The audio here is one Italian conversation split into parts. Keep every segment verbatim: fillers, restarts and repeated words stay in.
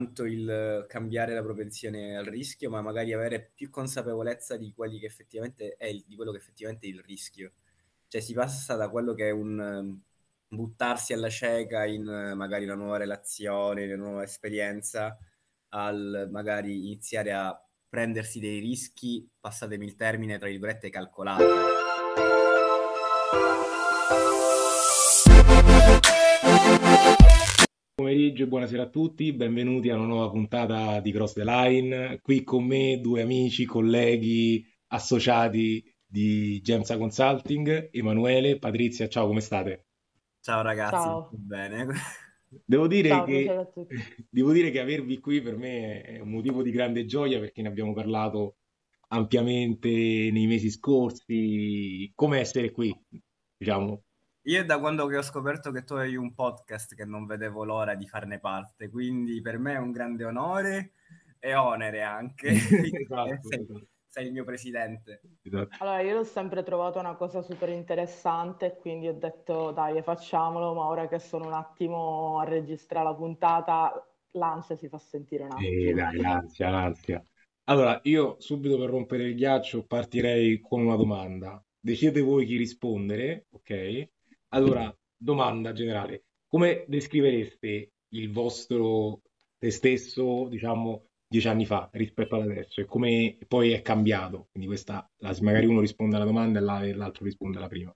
tanto il cambiare la propensione al rischio, ma magari avere più consapevolezza di quelli che effettivamente è il, di quello che effettivamente è il rischio. Cioè si passa da quello che è un um, buttarsi alla cieca in uh, magari una nuova relazione, in una nuova esperienza, al magari iniziare a prendersi dei rischi, passatemi il termine, tra virgolette, calcolati. Pomeriggio e buonasera a tutti, benvenuti a una nuova puntata di Cross the Line. Qui con me due amici, colleghi, associati di Gemsa Consulting, Emanuele, Patrizia, ciao, come state? Ciao ragazzi, tutto Ciao, bene? Devo dire ciao, che, piacere a tutti. devo dire che avervi qui per me è un motivo di grande gioia perché ne abbiamo parlato ampiamente nei mesi scorsi. Come essere qui, diciamo. Io è da quando che ho scoperto che tu hai un podcast che non vedevo l'ora di farne parte, quindi per me è un grande onore e onere anche, visto che Esatto, sei, esatto, sei il mio presidente. esatto. Allora, io l'ho sempre trovato una cosa super interessante, e quindi ho detto dai, facciamolo, ma ora che sono un attimo a registrare la puntata, l'ansia si fa sentire un Eh, attimo. dai, l'ansia, l'ansia. Allora, io subito per rompere il ghiaccio partirei con una domanda. Decidete voi chi rispondere, ok? Allora, domanda generale. Come descrivereste il vostro te stesso, diciamo, dieci anni fa rispetto ad adesso e come poi è cambiato? Quindi questa, la- magari uno risponde alla domanda e la- e l'altro risponde alla prima.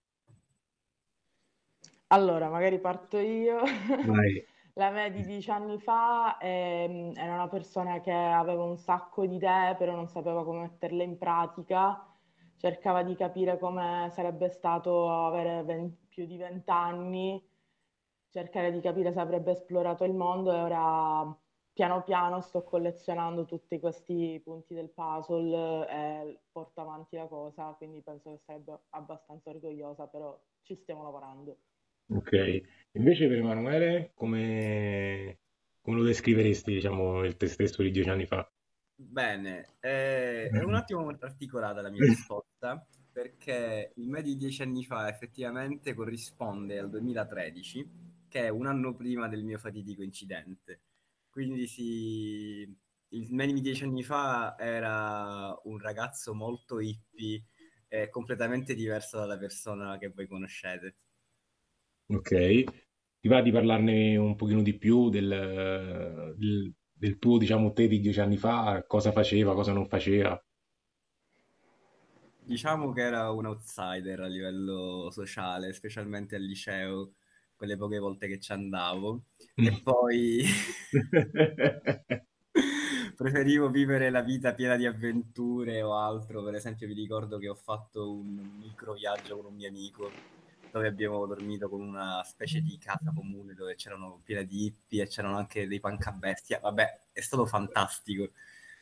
Allora, magari parto io. Vai. La me di dieci anni fa ehm, era una persona che aveva un sacco di idee, però non sapeva come metterle in pratica. Cercava di capire come sarebbe stato avere ven- più di vent'anni, cercare di capire se avrebbe esplorato il mondo e ora piano piano sto collezionando tutti questi punti del puzzle e porto avanti la cosa, quindi penso che sarebbe abbastanza orgogliosa, però ci stiamo lavorando. Ok, invece per Emanuele, come, come lo descriveresti, diciamo, il te stesso di dieci anni fa? Bene, eh, è un attimo molto articolata la mia risposta, perché il me di dieci anni fa effettivamente corrisponde al duemilatredici, che è un anno prima del mio fatidico incidente. Quindi sì, il me di dieci anni fa era un ragazzo molto hippie e completamente diverso dalla persona che voi conoscete. Ok, ti va di parlarne un pochino di più del, del- del tuo, diciamo, te di dieci anni fa, cosa faceva, cosa non faceva? Diciamo che era un outsider a livello sociale, specialmente al liceo, quelle poche volte che ci andavo. E poi preferivo vivere la vita piena di avventure o altro. Per esempio, vi ricordo che ho fatto un micro viaggio con un mio amico dove abbiamo dormito con una specie di casa comune dove c'erano piena di hippie e c'erano anche dei pancabestia. Vabbè, è stato fantastico.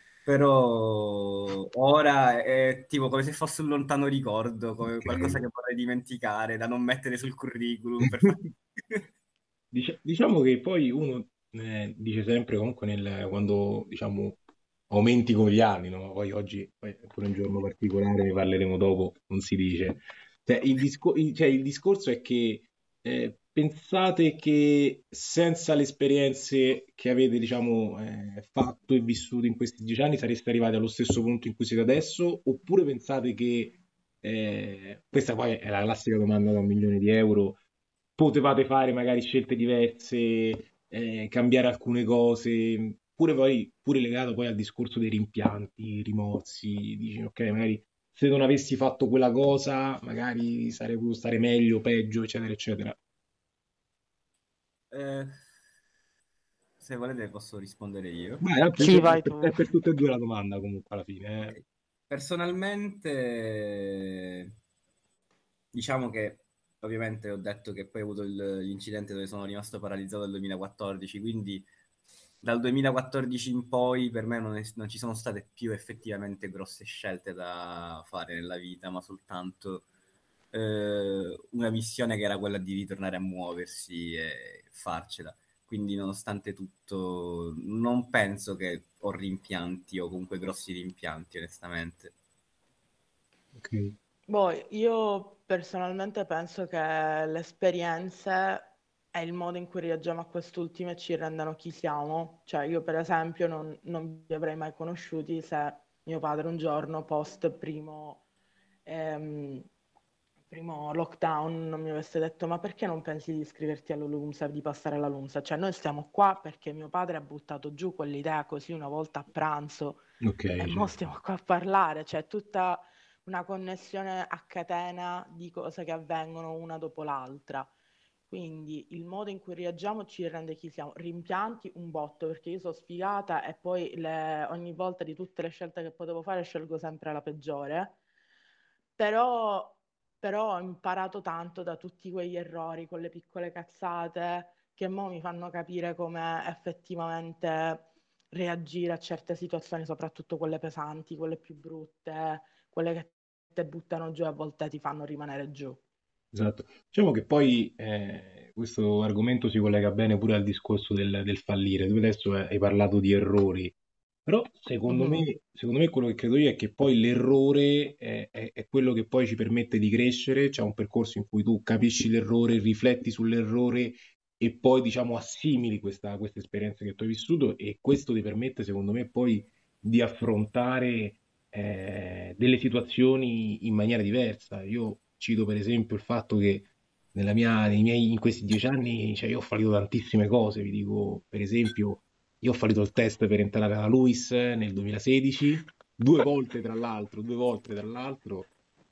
Però ora è tipo come se fosse un lontano ricordo, come Ok. qualcosa che vorrei dimenticare, da non mettere sul curriculum. Per far- Dic- diciamo che poi uno eh, dice sempre comunque nel, quando diciamo aumenti con gli anni, no? Poi oggi poi è pure un giorno particolare, ne parleremo dopo, non si dice. Cioè, il, disco- il- cioè, il discorso è che eh, pensate che senza le esperienze che avete, diciamo, eh, fatto e vissuto in questi dieci anni sareste arrivati allo stesso punto in cui siete adesso? Oppure pensate che, eh, questa poi è la classica domanda da un milione di euro, potevate fare magari scelte diverse, eh, cambiare alcune cose, pure poi pure legato poi al discorso dei rimpianti, rimorsi, dici ok, magari se non avessi fatto quella cosa, magari sarei potuto stare meglio, peggio, eccetera, eccetera. Eh, se volete posso rispondere io. Ma è per, Sì, è vai per- è tu. per tutte e due la domanda comunque alla fine. Ok. Personalmente, diciamo che ovviamente ho detto che poi ho avuto il- l'incidente dove sono rimasto paralizzato nel duemilaquattordici, quindi dal duemilaquattordici in poi per me non, è- non ci sono state più effettivamente grosse scelte da fare nella vita, ma soltanto eh, una missione che era quella di ritornare a muoversi e farcela. Quindi, nonostante tutto, non penso che ho rimpianti o comunque grossi rimpianti, onestamente. Ok. Boh, io personalmente penso che le esperienze è il modo in cui reagiamo a quest'ultime ci rendono chi siamo. Cioè io per esempio non, non vi avrei mai conosciuti se mio padre un giorno post primo, ehm, primo lockdown non mi avesse detto ma perché non pensi di iscriverti all'Ulumsa, di passare alla LUMSA? Cioè noi stiamo qua perché mio padre ha buttato giù quell'idea così una volta a pranzo Ok, e mo certo. stiamo qua a parlare, c'è tutta una connessione a catena di cose che avvengono una dopo l'altra. Quindi il modo in cui reagiamo ci rende chi siamo. Rimpianti un botto, perché io sono sfigata e poi le- ogni volta di tutte le scelte che potevo fare scelgo sempre la peggiore. Però, però ho imparato tanto da tutti quegli errori, quelle piccole cazzate, che mo mi fanno capire come effettivamente reagire a certe situazioni, soprattutto quelle pesanti, quelle più brutte, quelle che ti buttano giù e a volte ti fanno rimanere giù. Esatto. Diciamo che poi eh, questo argomento si collega bene pure al discorso del, del fallire. Tu adesso eh, hai parlato di errori, però secondo Mhm. me, secondo me quello che credo io è che poi l'errore è, è- è quello che poi ci permette di crescere. C'è un percorso in cui tu capisci l'errore, rifletti sull'errore e poi diciamo assimili questa, questa esperienza che tu hai vissuto e questo ti permette secondo me poi di affrontare eh, delle situazioni in maniera diversa. Io cito per esempio il fatto che nella mia, nei miei, in questi dieci anni, cioè, io ho fallito tantissime cose. Vi dico, per esempio, io ho fallito il test per entrare alla LUIS nel duemilasedici, due volte tra l'altro, due volte tra l'altro,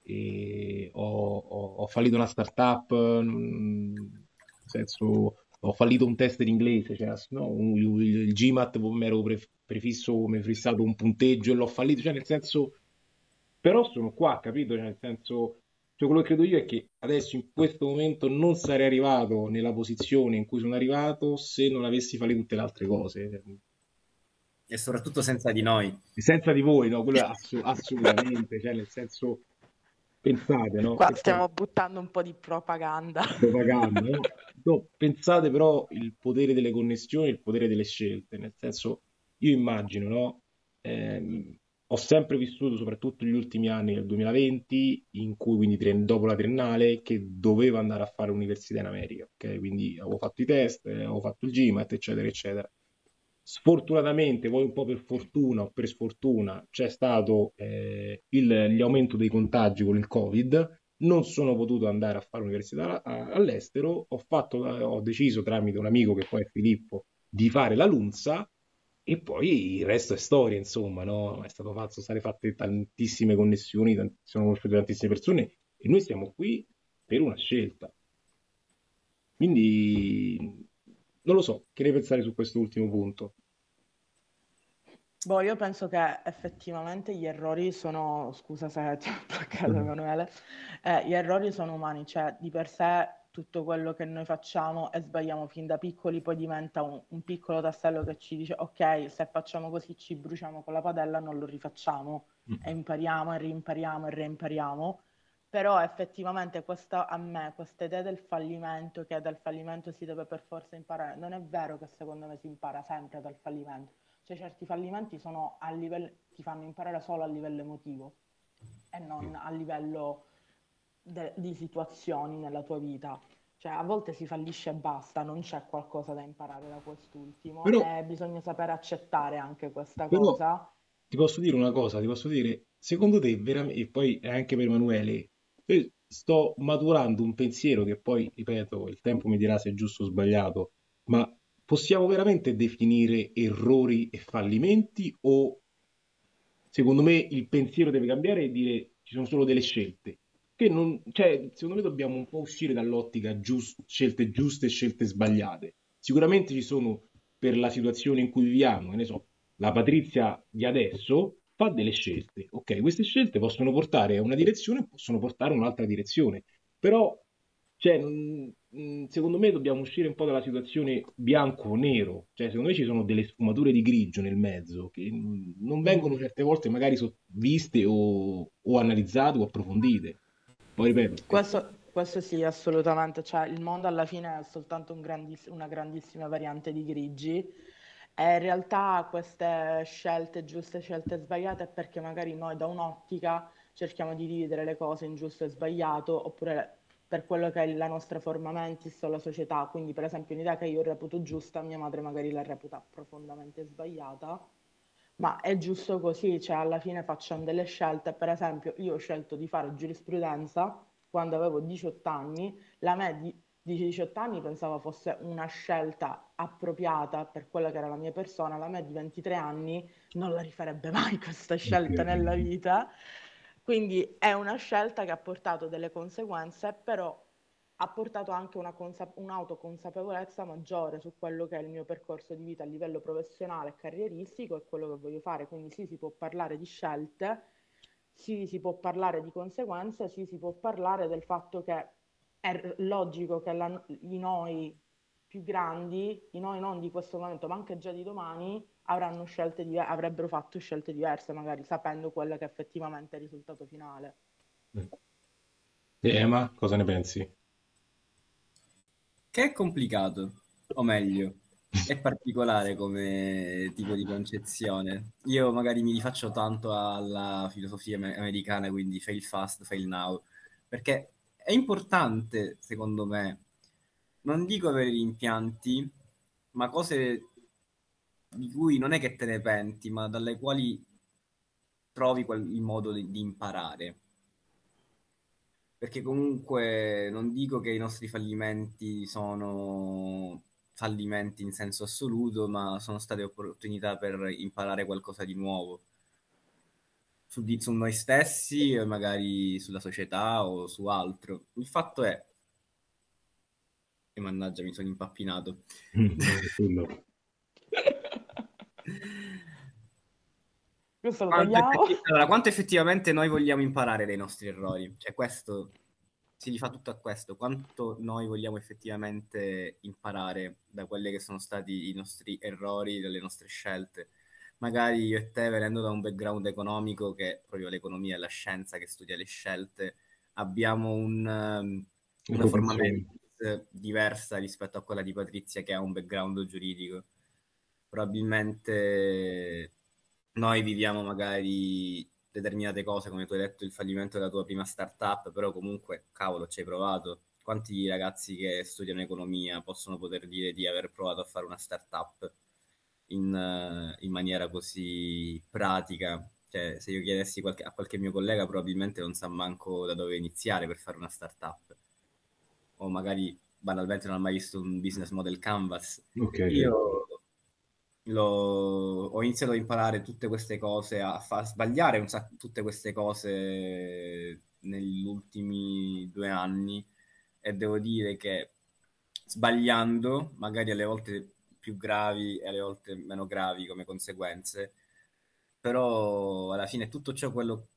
e ho, ho- ho fallito una startup, mm, nel senso, ho fallito un test in inglese, cioè, no, un- il, il GMAT mi ero pre- prefisso come fissato un punteggio e l'ho fallito, cioè nel senso, però sono qua, capito? Cioè, nel senso, cioè, quello che credo io è che adesso in questo momento non sarei arrivato nella posizione in cui sono arrivato se non avessi fallito tutte le altre cose. E soprattutto senza di noi. Senza di voi, no? Quello è assu- assolutamente, cioè nel senso, pensate, no? Qua Che poi stiamo buttando un po' di propaganda. propaganda, no? No, pensate però il potere delle connessioni, il potere delle scelte, nel senso, io immagino, no? Ehm, ho sempre vissuto, soprattutto negli ultimi anni del duemilaventi, in cui quindi tri- dopo la triennale, che dovevo andare a fare università in America, ok? Quindi avevo fatto i test, eh, avevo fatto il GMAT, eccetera, eccetera. Sfortunatamente, poi un po' per fortuna o per sfortuna, c'è stato eh, il- l'aumento dei contagi con il Covid. Non sono potuto andare a fare l'università a- all'estero. Ho fatto, ho deciso tramite un amico che poi è Filippo di fare la LUMSA e poi il resto è storia, insomma, no? È stato fatto, sono state fatte tantissime connessioni, tant- sono conosciute tantissime persone e noi siamo qui per una scelta. Quindi non lo so, che ne pensare su questo ultimo punto? Boh, io penso che effettivamente gli errori sono, scusa se ti ho bloccato Emanuele, eh, gli errori sono umani, cioè di per sé tutto quello che noi facciamo e sbagliamo fin da piccoli poi diventa un, un piccolo tassello che ci dice ok, se facciamo così ci bruciamo con la padella, non lo rifacciamo e impariamo e rimpariamo e reimpariamo, però effettivamente questa, a me questa idea del fallimento, che dal fallimento si deve per forza imparare, non è vero che secondo me si impara sempre dal fallimento. Cioè certi fallimenti sono a livello, ti fanno imparare solo a livello emotivo e non a livello de- di situazioni nella tua vita. Cioè a volte si fallisce e basta, non c'è qualcosa da imparare da quest'ultimo Però, e bisogna sapere accettare anche questa però cosa. ti posso dire una cosa, ti posso dire, secondo te, veramente, e poi anche per Emanuele, io sto maturando un pensiero che poi, ripeto, il tempo mi dirà se è giusto o sbagliato, ma possiamo veramente definire errori e fallimenti o secondo me il pensiero deve cambiare e dire ci sono solo delle scelte? Che non, cioè, secondo me dobbiamo un po' uscire dall'ottica gius- scelte giuste e scelte sbagliate. Sicuramente ci sono per la situazione in cui viviamo, che ne so, la Patrizia di adesso fa delle scelte. Ok, queste scelte possono portare a una direzione, possono portare a un'altra direzione. Però, cioè, non- mh, secondo me dobbiamo uscire un po' dalla situazione bianco o nero. Cioè, secondo me ci sono delle sfumature di grigio nel mezzo che mh, non vengono Mhm. certe volte magari so- viste o, o analizzate o approfondite. Poi ripeto, è- Questo, questo sì, assolutamente. Cioè, il mondo alla fine è soltanto un grandiss- una grandissima variante di grigi e in realtà queste scelte giuste e scelte sbagliate è perché magari noi da un'ottica cerchiamo di dividere le cose in giusto e sbagliato, oppure per quello che è la nostra forma mentis o la società. Quindi, per esempio, un'idea che io reputo giusta, mia madre magari la reputa profondamente sbagliata, ma è giusto così, cioè alla fine facciamo delle scelte. Per esempio, io ho scelto di fare giurisprudenza quando avevo diciotto anni, la me di di diciotto anni pensavo fosse una scelta appropriata per quella che era la mia persona, la me di ventitré anni non la rifarebbe mai questa Ok. scelta nella vita. Quindi è una scelta che ha portato delle conseguenze, però ha portato anche una consa- un'autoconsapevolezza maggiore su quello che è il mio percorso di vita a livello professionale e carrieristico e quello che voglio fare. Quindi sì, si può parlare di scelte, sì, si può parlare di conseguenze, sì, si può parlare del fatto che è r- logico che la- i noi più grandi, i noi non di questo momento, ma anche già di domani, avranno scelte diver- avrebbero fatto scelte diverse, magari sapendo quello che effettivamente è il risultato finale. Mm. E Ema, cosa ne pensi? Che è complicato, o meglio, è particolare come tipo di concezione. Io magari mi rifaccio tanto alla filosofia ame- americana, quindi fail fast, fail now, perché è importante, secondo me, non dico avere rimpianti, ma cose di cui non è che te ne penti, ma dalle quali trovi quel- il modo di, di imparare. Perché comunque non dico che i nostri fallimenti sono fallimenti in senso assoluto, ma sono state opportunità per imparare qualcosa di nuovo su, di- su noi stessi, e magari sulla società o su altro. Il fatto è, e mannaggia, mi sono impappinato. Mm, tranquillo. Questo lo Quanto, tagliamo. effetti- allora, quanto effettivamente noi vogliamo imparare dai nostri errori? Cioè, questo si rifà tutto a questo. Quanto noi vogliamo effettivamente imparare da quelli che sono stati i nostri errori, dalle nostre scelte? Magari io e te, venendo da un background economico, che proprio l'economia è la scienza che studia le scelte, abbiamo un, um, Le una forma propensioni. mentis diversa rispetto a quella di Patrizia, che ha un background giuridico. Probabilmente noi viviamo magari determinate cose, come tu hai detto, il fallimento della tua prima startup, però comunque, cavolo, ci hai provato. Quanti ragazzi che studiano economia possono poter dire di aver provato a fare una startup in, eh, in maniera così pratica? Cioè, se io chiedessi qualche- a qualche mio collega, probabilmente non sa manco da dove iniziare per fare una startup, o magari banalmente non ha mai visto un business model Canvas. Ok, sì. Io l'ho- ho iniziato a imparare tutte queste cose, a far sbagliare un sacco, tutte queste cose negli ultimi due anni, e devo dire che sbagliando, magari alle volte più gravi e alle volte meno gravi come conseguenze, però alla fine tutto ciò quello,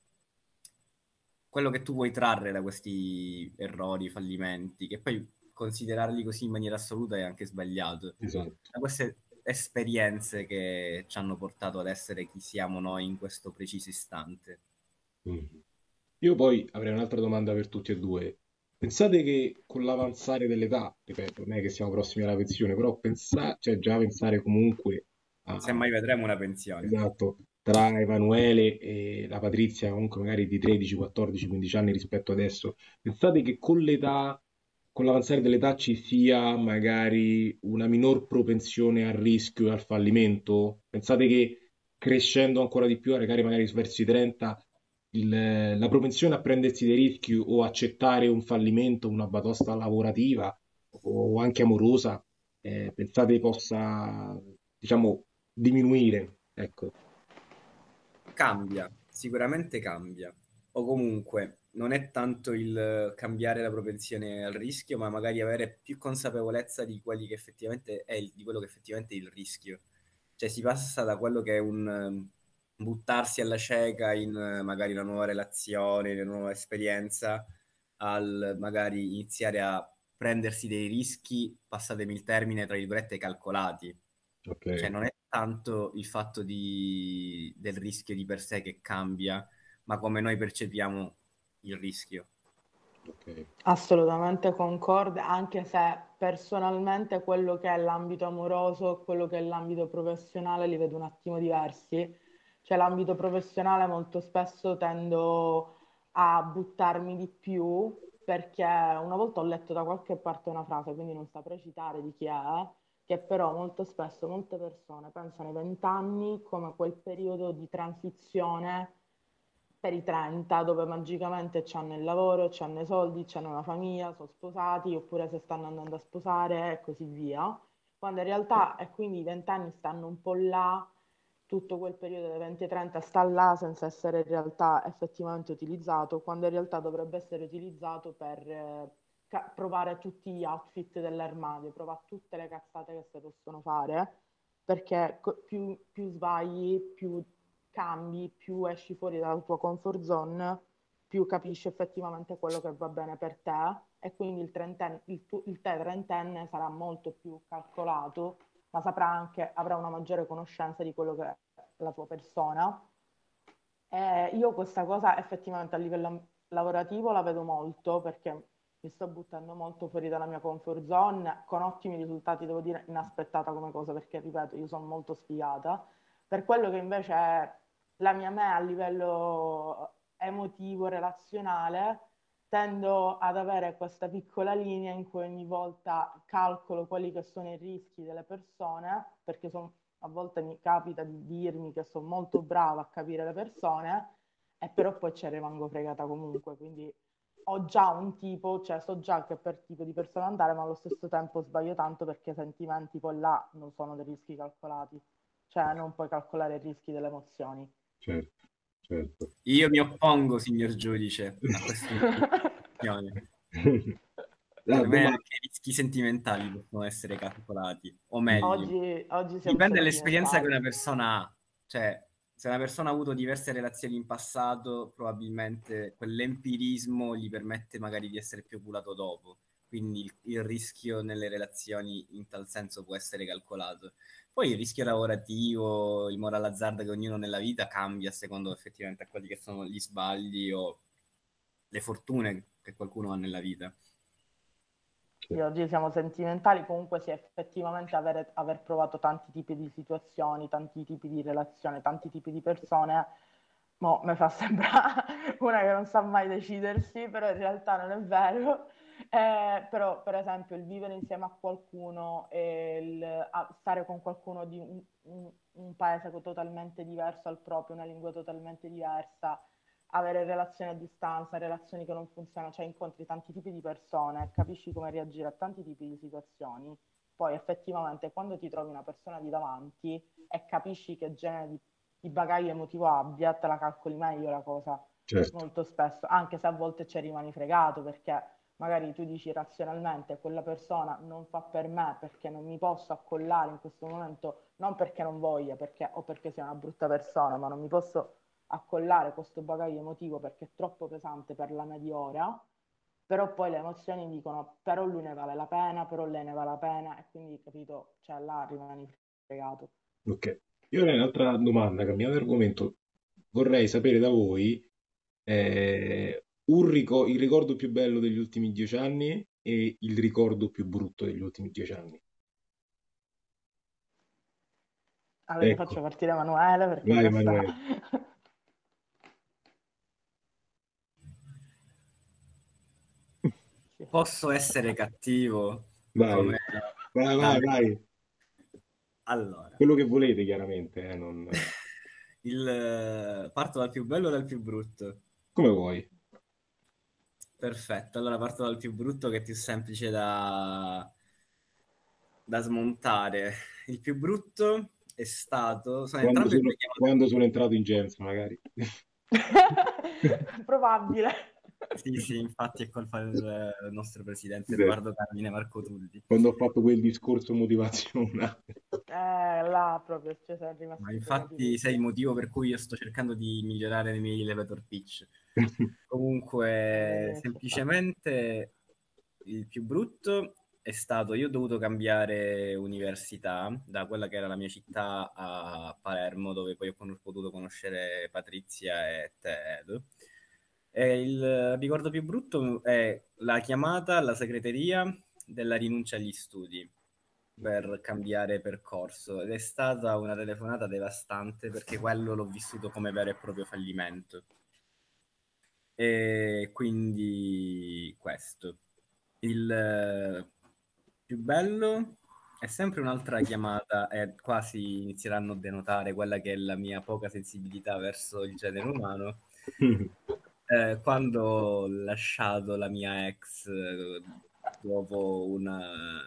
quello che tu vuoi trarre da questi errori, fallimenti, che poi considerarli così in maniera assoluta è anche sbagliato, Esatto. da queste esperienze che ci hanno portato ad essere chi siamo noi in questo preciso istante. Mm. Io poi avrei un'altra domanda per tutti e due. Pensate che con l'avanzare dell'età, ripeto, non è che siamo prossimi alla pensione, però pensa, cioè già pensare comunque Se a, mai vedremo una pensione. esatto, tra Emanuele e la Patrizia, comunque magari di tredici, quattordici, quindici anni rispetto adesso, pensate che con l'età, con l'avanzare dell'età ci sia magari una minor propensione al rischio e al fallimento? Pensate che crescendo ancora di più, magari, magari verso i trenta, il- la propensione a prendersi dei rischi o accettare un fallimento, una batosta lavorativa o anche amorosa, eh, pensate possa, diciamo, diminuire, ecco. Cambia, sicuramente cambia. O comunque non è tanto il cambiare la propensione al rischio, ma magari avere più consapevolezza di quelli che effettivamente è il- di quello che effettivamente è il rischio. Cioè si passa da quello che è un ehm, buttarsi alla cieca in eh, magari una nuova relazione, in una nuova esperienza, al magari iniziare a prendersi dei rischi, passatemi il termine, tra virgolette, calcolati. Ok, Cioè non è tanto il fatto di- del rischio di per sé che cambia, ma come noi percepiamo il rischio. ok. Assolutamente concorde, anche se personalmente quello che è l'ambito amoroso e quello che è l'ambito professionale li vedo un attimo diversi. Cioè l'ambito professionale molto spesso tendo a buttarmi di più perché una volta ho letto da qualche parte una frase, quindi non saprei citare di chi è, che però molto spesso molte persone pensano ai vent'anni come quel periodo di transizione per i trenta, dove magicamente c'hanno il lavoro, c'hanno i soldi, c'hanno una famiglia, sono sposati, oppure se stanno andando a sposare e così via. Quando in realtà, e quindi i vent'anni stanno un po' là, tutto quel periodo dai venti ai trenta sta là senza essere in realtà effettivamente utilizzato, quando in realtà dovrebbe essere utilizzato per eh, ca- provare tutti gli outfit dell'armadio, provare tutte le cazzate che si possono fare, perché co- più, più sbagli, più cambi, più esci fuori dalla tua comfort zone, più capisci effettivamente quello che va bene per te e quindi il, trentenne, il, tu- il te trentenne sarà molto più calcolato, ma saprà anche, avrà una maggiore conoscenza di quello che è la tua persona. E io questa cosa effettivamente a livello lavorativo la vedo molto perché mi sto buttando molto fuori dalla mia comfort zone, con ottimi risultati, devo dire, inaspettata come cosa, perché ripeto, io sono molto sfigata. Per quello che invece è la mia me a livello emotivo, relazionale, tendo ad avere questa piccola linea in cui ogni volta calcolo quelli che sono i rischi delle persone, perché son- a volte mi capita di dirmi che sono molto brava a capire le persone, e però poi ci rimango fregata comunque, quindi ho già un tipo, cioè so già che per tipo di persona andare, ma allo stesso tempo sbaglio tanto perché i sentimenti poi là non sono dei rischi calcolati, cioè non puoi calcolare i rischi delle emozioni. Certo, certo. Io mi oppongo, signor giudice, a questa interpretazione. La Per me domanda, anche i rischi sentimentali possono essere calcolati, o meglio, Oggi, oggi siamo dipende dall'esperienza che sentimentali. una persona ha. Cioè, se una persona ha avuto diverse relazioni in passato, probabilmente quell'empirismo gli permette magari di essere più curato dopo. Quindi il, il rischio nelle relazioni in tal senso può essere calcolato. Poi il rischio lavorativo, il moral hazard che ognuno nella vita cambia secondo effettivamente a quelli che sono gli sbagli o le fortune che qualcuno ha nella vita. Sì, oggi siamo sentimentali, comunque sì, effettivamente avere- aver provato tanti tipi di situazioni, tanti tipi di relazioni, tanti tipi di persone, mo mi fa sembrare una che non sa mai decidersi, però in realtà non è vero. Eh, però per esempio il vivere insieme a qualcuno e il a- stare con qualcuno di un, un- un paese totalmente diverso al proprio, una lingua totalmente diversa, avere relazioni a distanza, relazioni che non funzionano, cioè incontri tanti tipi di persone, capisci come reagire a tanti tipi di situazioni, poi effettivamente quando ti trovi una persona di davanti e capisci che genere di, di bagaglio emotivo abbia, te la calcoli meglio la cosa, certo, molto spesso, anche se a volte ci rimani fregato perché magari tu dici razionalmente quella persona non fa per me perché non mi posso accollare in questo momento, non perché non voglia perché, o perché sia una brutta persona, ma non mi posso accollare questo bagaglio emotivo perché è troppo pesante per la media ora, però poi le emozioni dicono però lui ne vale la pena, però lei ne vale la pena e quindi capito, cioè là rimani fregato. ok. Io avrei un'altra domanda, cambiando argomento. Vorrei sapere da voi eh, un rico- il ricordo più bello degli ultimi dieci anni e il ricordo più brutto degli ultimi dieci anni. Allora io faccio Ecco, partire Emanuele perché vai questa... Emanuele. Sì. Posso essere cattivo Vai, come vai, da vai, me. vai. Allora, Quello che volete, chiaramente, eh, non... il, parto dal più bello o dal più brutto? come vuoi. Perfetto, allora parto dal più brutto che è più semplice da, da smontare. Il più brutto è stato, sono Quando entrambe sono, due chiamate. quando sono entrato in Gens, magari. Probabile. Sì, sì, infatti è colpa del nostro presidente Beh, Edoardo Carmine Marco Tulli. quando ho fatto quel discorso motivazionale. Eh, là proprio ci sono Ma rimasti fregati infatti sei il tutti. motivo per cui io sto cercando di migliorare nei miei elevator pitch. Comunque, Eh, ci sta. semplicemente il più brutto è stato, io ho dovuto cambiare università da quella che era la mia città a Palermo, dove poi ho con- potuto conoscere Patrizia e te, Edo. E il ricordo più brutto è la chiamata alla segreteria della rinuncia agli studi per cambiare percorso ed è stata una telefonata devastante perché quello l'ho vissuto come vero e proprio fallimento. E quindi questo. Il eh, più bello è sempre un'altra chiamata e quasi inizieranno a denotare quella che è la mia poca sensibilità verso il genere umano. Eh, quando ho lasciato la mia ex eh, dopo una,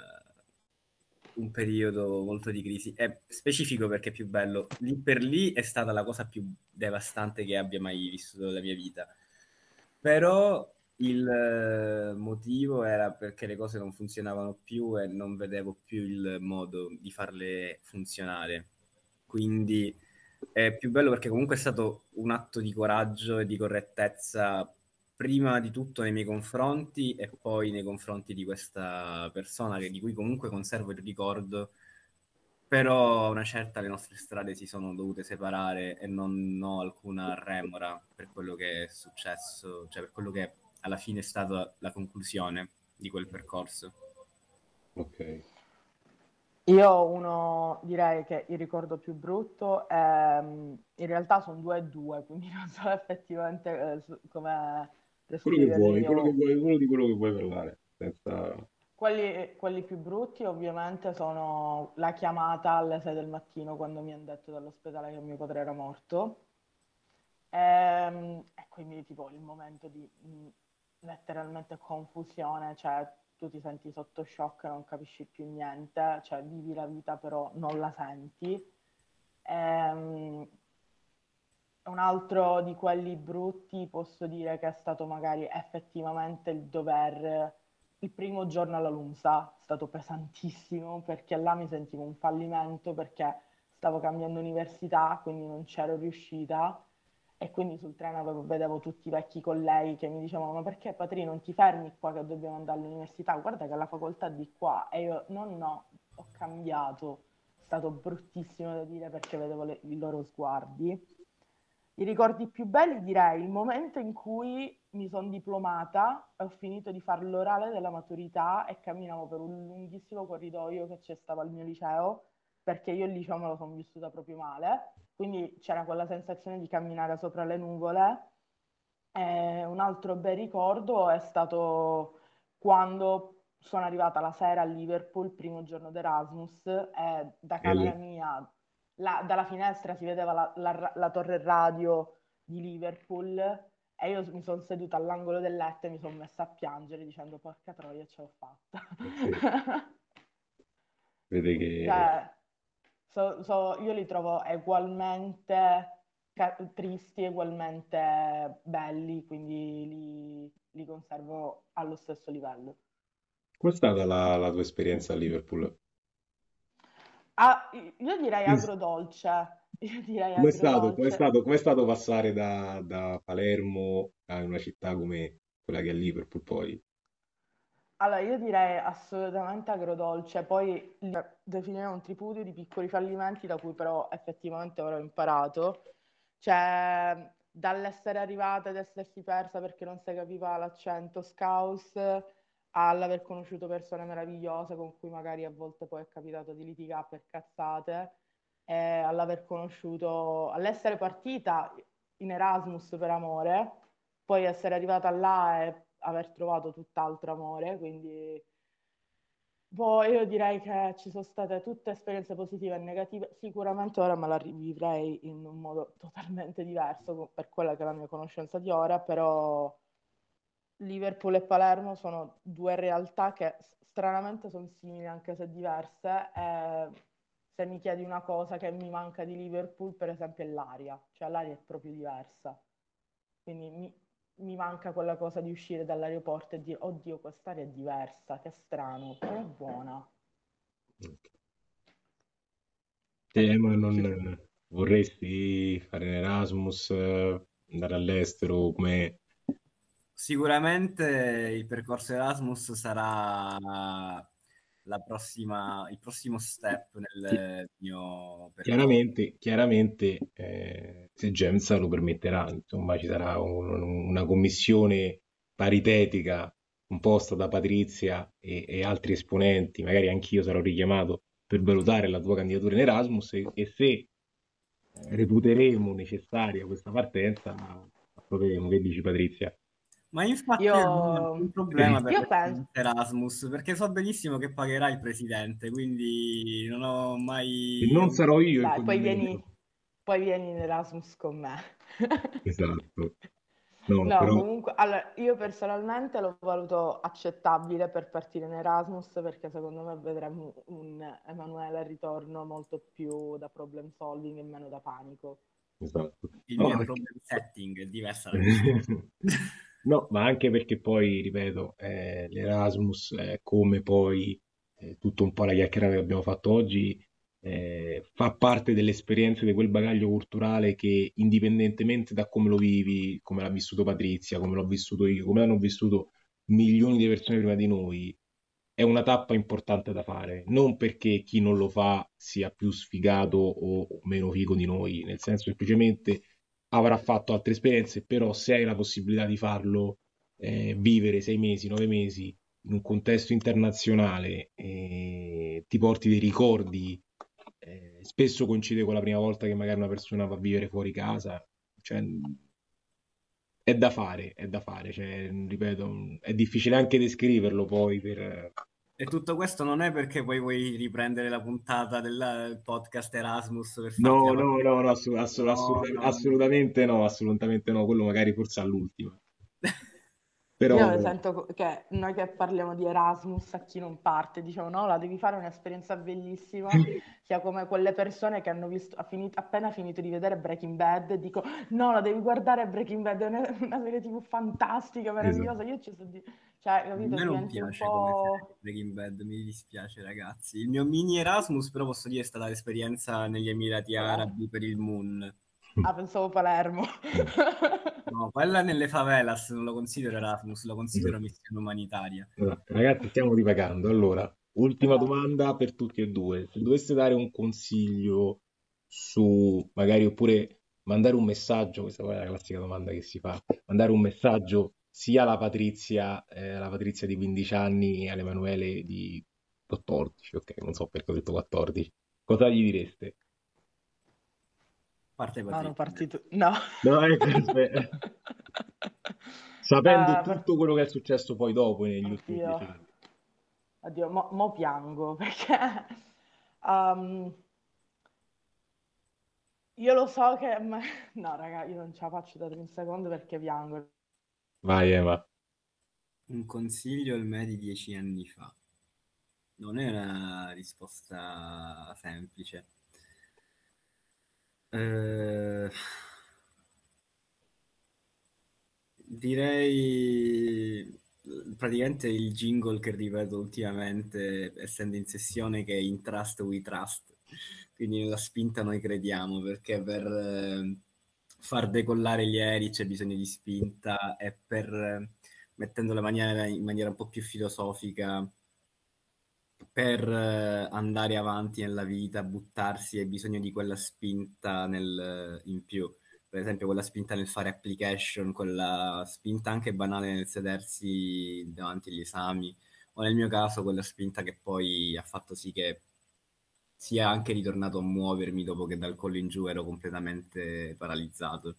un periodo molto di crisi, è specifico perché è più bello. Lì per lì è stata la cosa più devastante che abbia mai vissuto nella mia vita. Però il eh, motivo era perché le cose non funzionavano più e non vedevo più il modo di farle funzionare. Quindi è più bello perché comunque è stato un atto di coraggio e di correttezza, prima di tutto nei miei confronti e poi nei confronti di questa persona che- di cui comunque conservo il ricordo, però a una certa le nostre strade si sono dovute separare e non ho alcuna remora per quello che è successo, cioè per quello che alla fine è stata la conclusione di quel percorso. Ok. Io ho uno, direi che il ricordo più brutto è, mm, in realtà sono due e due, quindi non so effettivamente eh, su- come Quello che vuoi, descriverli. quello che o- vuoi, quello di quello che vuoi parlare, senza... Quelli, quelli più brutti ovviamente sono la chiamata alle sei del mattino quando mi hanno detto dall'ospedale che mio padre era morto. Ehm, E, quindi tipo il momento di mh, letteralmente confusione, cioè tu ti senti sotto shock, non capisci più niente, cioè vivi la vita però non la senti. Ehm, un altro di quelli brutti posso dire che è stato magari effettivamente il dover, il primo giorno alla LUMSA, è stato pesantissimo perché là mi sentivo un fallimento perché stavo cambiando università, quindi non c'ero riuscita e quindi sul treno avevo- vedevo tutti i vecchi colleghi che mi dicevano ma perché Patri non ti fermi qua che dobbiamo andare all'università? Guarda che la facoltà è di qua e io no no, ho cambiato, è stato bruttissimo da dire perché vedevo le- i loro sguardi. I ricordi più belli direi il momento in cui mi sono diplomata e ho finito di fare l'orale della maturità e camminavo per un lunghissimo corridoio che c'è stato al mio liceo, perché io il liceo me lo sono vissuta proprio male, quindi c'era quella sensazione di camminare sopra le nuvole. E un altro bel ricordo è stato quando sono arrivata la sera a Liverpool, il primo giorno d'Erasmus, e da E camera lì, mia, la- dalla finestra si vedeva la, la- la torre radio di Liverpool e io mi sono seduta all'angolo del letto e mi sono messa a piangere dicendo porca troia, ce l'ho fatta. eh sì, vede che... Cioè, so- so- io li trovo ugualmente ca- tristi, ugualmente belli, quindi li, li conservo allo stesso livello. Com'è stata la, la tua esperienza a Liverpool? Ah, io direi agrodolce, io direi Com'è stato, com'è agrodolce. stato, com'è stato passare da, da Palermo a una città come quella che è Liverpool poi? Allora, io direi assolutamente agrodolce, poi il- definire un tripudio di piccoli fallimenti da cui però effettivamente ora ho imparato, cioè dall'essere arrivata ed essersi persa perché non si capiva l'accento scouse, all'aver conosciuto persone meravigliose con cui magari a volte poi è capitato di litigare per cazzate, e all'aver conosciuto, all'essere partita in Erasmus per amore, poi essere arrivata là e aver trovato tutt'altro amore, quindi boh, io direi che ci sono state tutte esperienze positive e negative, sicuramente ora me la rivivrei in un modo totalmente diverso co- per quella che è la mia conoscenza di ora, però Liverpool e Palermo sono due realtà che s- stranamente sono simili anche se diverse. E se mi chiedi una cosa che mi manca di Liverpool, per esempio, è l'aria, cioè l'aria è proprio diversa. Quindi mi, mi manca quella cosa di uscire dall'aeroporto e dire, oddio, quest'aria è diversa, che strano, però è buona. Te, ma Sì. non vorresti fare un Erasmus, eh, andare all'estero, come... Sicuramente il percorso Erasmus sarà la prossima, il prossimo step Chi- nel mio percorso. Chiaramente, chiaramente eh, se Gemsa lo permetterà, insomma, ci sarà un- una commissione paritetica composta da Patrizia e, e altri esponenti, magari anch'io sarò richiamato per valutare la tua candidatura in Erasmus e, e se eh, reputeremo necessaria questa partenza, affronteremo. Che dici, Patrizia? Ma infatti Io, io non ho un problema per io penso, l'esperienza Erasmus, perché so benissimo che pagherà il presidente, quindi non ho E mai non avuto... sarò io il dai, poi condimento. vieni, poi vieni in Erasmus con me. Esatto. No, No, però comunque, allora, io personalmente lo valuto accettabile per partire in Erasmus perché secondo me vedremo un Emanuele al ritorno molto più da problem solving e meno da panico. esatto. Il No, mio è perché- problem setting, è diversa la questione. No, ma anche perché poi, ripeto, eh, l'Erasmus, eh, come poi eh, tutto un po' la chiacchierata che abbiamo fatto oggi, eh, fa parte dell'esperienza di quel bagaglio culturale che, indipendentemente da come lo vivi, come l'ha vissuto Patrizia, come l'ho vissuto io, come l'hanno vissuto milioni di persone prima di noi, è una tappa importante da fare. Non perché chi non lo fa sia più sfigato o meno figo di noi, nel senso semplicemente avrà fatto altre esperienze, però se hai la possibilità di farlo, eh, vivere sei mesi, nove mesi in un contesto internazionale, eh, ti porti dei ricordi, eh, spesso coincide con la prima volta che magari una persona va a vivere fuori casa, cioè è da fare, è da fare, cioè, ripeto, è difficile anche descriverlo poi per... E tutto questo non è perché poi vuoi riprendere la puntata del del podcast Erasmus per farti No, la no, notizia. no, no, assu- assu- No, assolut- no, no. assolutamente no, assolutamente no, quello magari forse all'ultima, Io però... mi sento co- che noi che parliamo di Erasmus a chi non parte, diciamo no, la devi fare un'esperienza bellissima, sia come quelle persone che hanno visto, ha finito- appena finito di vedere Breaking Bad e dico no, la devi guardare Breaking Bad, è una, una serie tivù fantastica, meravigliosa, Esatto. io ci sono di... cioè, A capito, me non diventi un piace come serie po'... Breaking Bad, mi dispiace ragazzi. Il mio mini Erasmus però posso dire è stata l'esperienza negli Emirati Palermo. Arabi per il Moon. Ah, pensavo Palermo. No, quella nelle favelas non lo considero Erasmus, lo considero Esatto. missione umanitaria. Esatto. Ragazzi, stiamo divagando. Allora, ultima Esatto. domanda per tutti e due. Se doveste dare un consiglio su, magari oppure mandare un messaggio, questa poi è la classica domanda che si fa, mandare un messaggio sia alla Patrizia, eh, alla Patrizia di quindici anni e all'Emanuele di quattordici, ok, non so perché ho detto quattordici. Cosa gli direste? Parte No, non Patrizia. parti tu. No. No, ecco, aspetta. Sapendo Eh, per- tutto quello che è successo poi dopo negli ultimi Oddio, dieci anni. oddio, mo, mo piango perché um, io lo so che... ma- No, raga, io non ce la faccio datemi un secondo perché piango. Vai, Eva. Un consiglio al me di dieci anni fa. Non è una risposta semplice. Eh, direi praticamente il jingle che ripeto ultimamente, essendo in sessione, che è in trust we trust. Quindi nella spinta noi crediamo, perché per eh, far decollare gli aerei c'è bisogno di spinta e per, eh, mettendo la maniera in maniera un po' più filosofica, per eh, andare avanti nella vita, buttarsi, hai bisogno di quella spinta nel, in più. Per esempio, quella spinta nel fare application, quella spinta anche banale nel sedersi davanti agli esami, o nel mio caso, quella spinta che poi ha fatto sì che sia anche ritornato a muovermi dopo che dal collo in giù ero completamente paralizzato.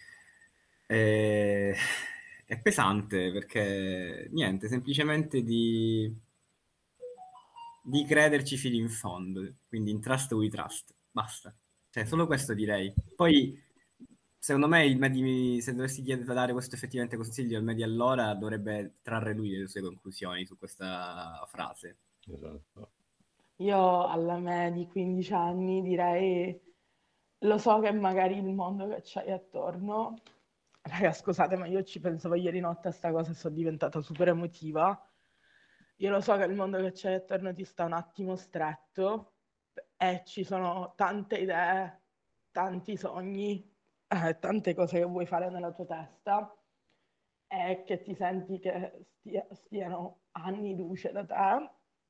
E- È pesante perché niente, semplicemente di di crederci fino in fondo, quindi in trust we trust, basta. Cioè, solo questo direi. Poi, secondo me, il Medi, se dovessi chiedere, dare questo effettivamente consiglio al Medi allora, dovrebbe trarre lui le sue conclusioni su questa frase. Esatto. Io alla me di quindici anni direi, lo so che magari il mondo che c'hai attorno, raga, scusate, ma io ci pensavo ieri notte a sta cosa e sono diventata super emotiva. Io lo so che il mondo che c'hai attorno ti sta un attimo stretto e ci sono tante idee, tanti sogni, eh, tante cose che vuoi fare nella tua testa e che ti senti che stia- stiano anni luce da te,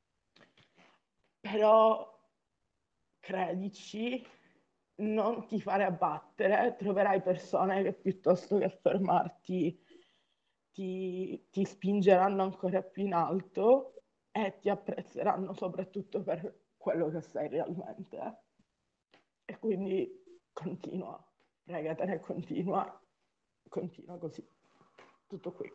però credici, non ti fare abbattere, troverai persone che piuttosto che fermarti ti, ti spingeranno ancora più in alto e ti apprezzeranno soprattutto per quello che sei realmente. E quindi continua, pregatene, continua, continua così. Tutto qui.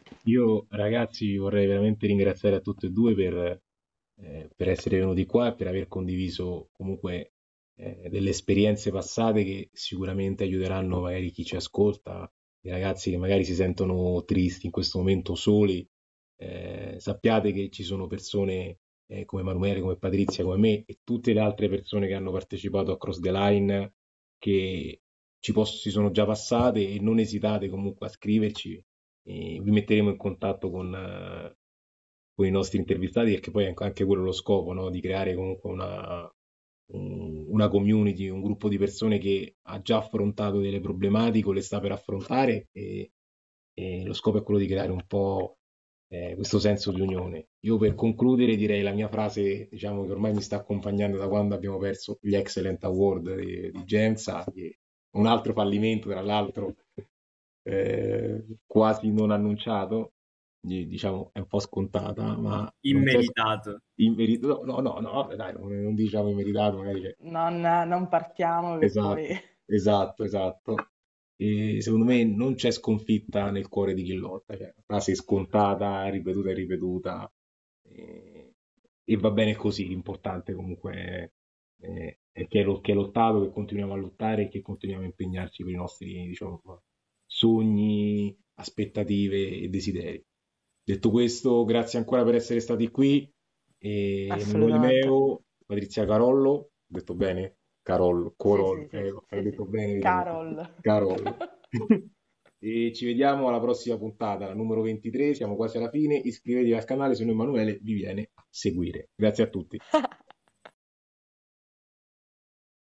Io ragazzi vi vorrei veramente ringraziare a tutti e due per, eh, per essere venuti qua e per aver condiviso comunque eh, delle esperienze passate che sicuramente aiuteranno magari chi ci ascolta, i ragazzi che magari si sentono tristi in questo momento soli. Eh, sappiate che ci sono persone eh, come Emanuele, come Patrizia, come me e tutte le altre persone che hanno partecipato a Cross the Line che ci poss- si sono già passate e non esitate comunque a scriverci e vi metteremo in contatto con, eh, con i nostri intervistati perché poi è anche quello lo scopo, no? Di creare comunque una, un- una community, un gruppo di persone che ha già affrontato delle problematiche o le sta per affrontare e, e lo scopo è quello di creare un po' eh, questo senso di unione. Io per concludere direi la mia frase, diciamo che ormai mi sta accompagnando da quando abbiamo perso gli Excellent Award di, di Gemsa, che è un altro fallimento, tra l'altro, eh, quasi non annunciato, di- diciamo è un po' scontata, ma non c'è Immeritato. immeritato. No, no, no, vabbè, dai, non, non diciamo immeritato, magari c'è. Non, non partiamo che poi... Esatto, esatto, esatto. E secondo me non c'è sconfitta nel cuore di chi lotta, cioè, frase scontata, ripetuta e ripetuta, e, e va bene così, l'importante comunque è, è- è che, è lo- che è lottato, che continuiamo a lottare e che continuiamo a impegnarci per i nostri, diciamo, sogni, aspettative e desideri. Detto questo, grazie ancora per essere stati qui. E Emanuele Assolutamente. Meo, Patrizia Carollo, ho detto bene? Carollo, Sì, Corollo, sì, sì, eh, ho sì, detto sì. bene, diciamo. Carol. Carollo. E ci vediamo alla prossima puntata, la numero ventitré, siamo quasi alla fine. Iscrivetevi al canale se no Emanuele vi viene a seguire. Grazie a tutti.